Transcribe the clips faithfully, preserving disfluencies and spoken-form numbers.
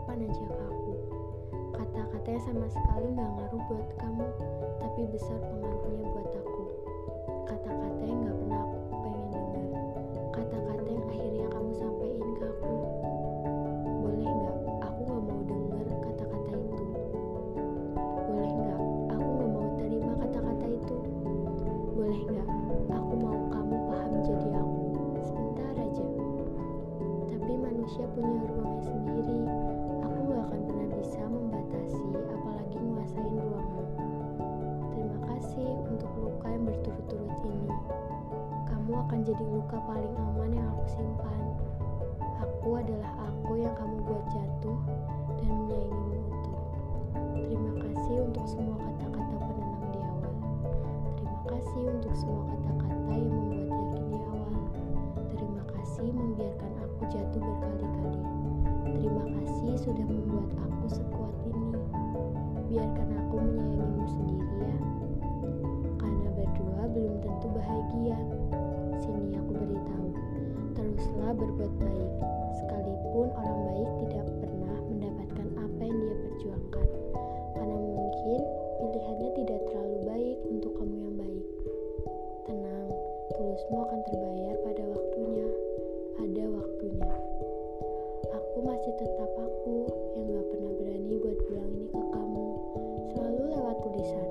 kapan aja ke aku. Kata-katanya sama sekali gak ngaruh buat kamu, tapi besar pengaruhnya buat aku. Kata-kata yang gak pernah aku pengen dengar. Kata-kata yang akhirnya kamu sampaikan ke aku. Boleh gak? Aku gak mau dengar kata-kata itu. Boleh gak? Aku gak mau terima kata-kata itu. Boleh gak? Aku mau kamu paham jadi aku. Sebentar aja. Tapi manusia punya ruangnya sendiri. Aku gak akan pernah bisa membatasi, apalagi nguasain ruangmu. Terima kasih untuk luka yang berturut-turut ini. Kamu akan jadi luka paling aman yang aku simpan. Aku adalah aku yang kamu buat jatuh dan menyayangimu utuh. Terima kasih untuk semua kata-kata penenang di awal. Terima kasih untuk semua kata-kata yang membuat yakin di awal. Terima kasih membiarkan aku jatuh berkali-kali. Terima kasih sudah membuat aku sekuat ini. Biarkan aku menyayangimu sendiri ya. Karena berdua belum tentu bahagia. Sini aku beritahu, teruslah berbuat baik. Sekalipun orang baik tidak pernah mendapatkan apa yang dia perjuangkan. Karena mungkin pilihannya tidak terlalu baik untuk kamu yang baik. Tenang, tulusmu akan terbayar pada waktunya. Ada waktunya. Aku masih tetap aku yang gak pernah berani buat bilang ini ke kamu. Selalu lewat tulisan.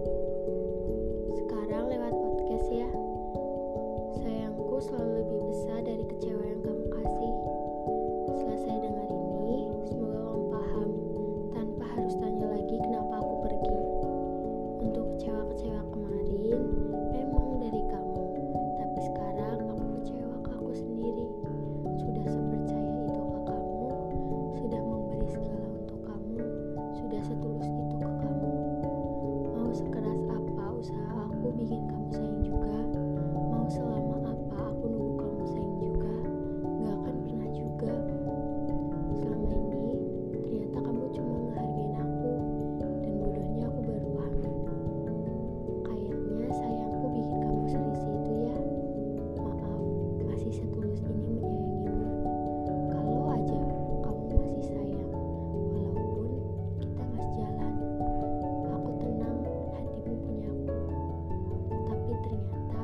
Sekarang lewat podcast ya. Sayangku selalu lebih besar dari kecewa yang kamu kasih. Selesai dengar ini, semoga kamu paham tanpa harus tanya lagi kenapa aku pergi. Untuk kecewa-kecewa kemarin, memang dari kamu. Tapi sekarang aku kecewa ke aku sendiri. Sudah sepercaya itu ke kamu, sudah memberi segala untuk kamu, sudah setulus itu ke kamu. Mau sekeras apa usaha aku bikin kamu sayang juga, mau selama apa aku nunggu kamu sayang juga, gak akan pernah juga. Selama ini, ternyata kamu cuma ngehargain aku, dan bodohnya aku baru paham itu. Kayaknya sayangku bikin kamu serisi itu ya. Maaf, masih setulus ini menyayangimu. Kalau aja kamu masih sayang, walaupun kita gak sejalan. Aku tenang, hatimu punya aku. Tapi ternyata,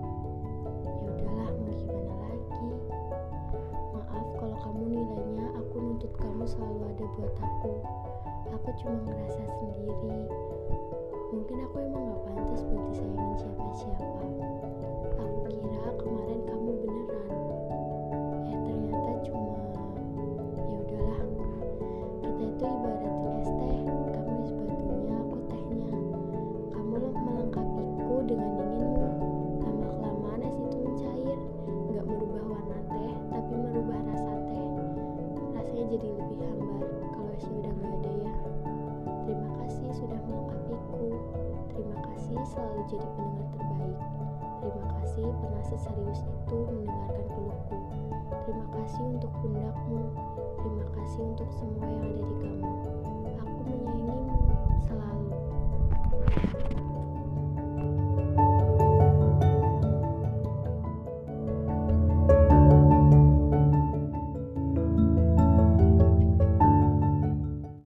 ya udahlah, mau gimana lagi. Maaf kalau kamu nilainya aku nuntut kamu selalu ada buat aku. Aku cuma ngerasa sendiri. Mungkin aku emang gak pantas buat disayangin siapa-siapa. Aku kira kemarin kamu beneran. Eh ternyata cuma, ya udahlah. Kita itu ibaratin es teh. Kamu es batunya, aku tehnya. Kamu melengkapiku dengan dinginmu. Lama-kelamaan es itu mencair. Gak merubah warna teh, tapi merubah rasa teh. Rasanya jadi lebih hambar kalau esnya udah gak ada ya. Terima kasih sudah melengkapiku. Terima kasih selalu jadi pendengar terbaik. Terima kasih pernah seserius itu mendengarkan keluhku. Terima kasih untuk pundakmu. Terima kasih untuk semua yang ada di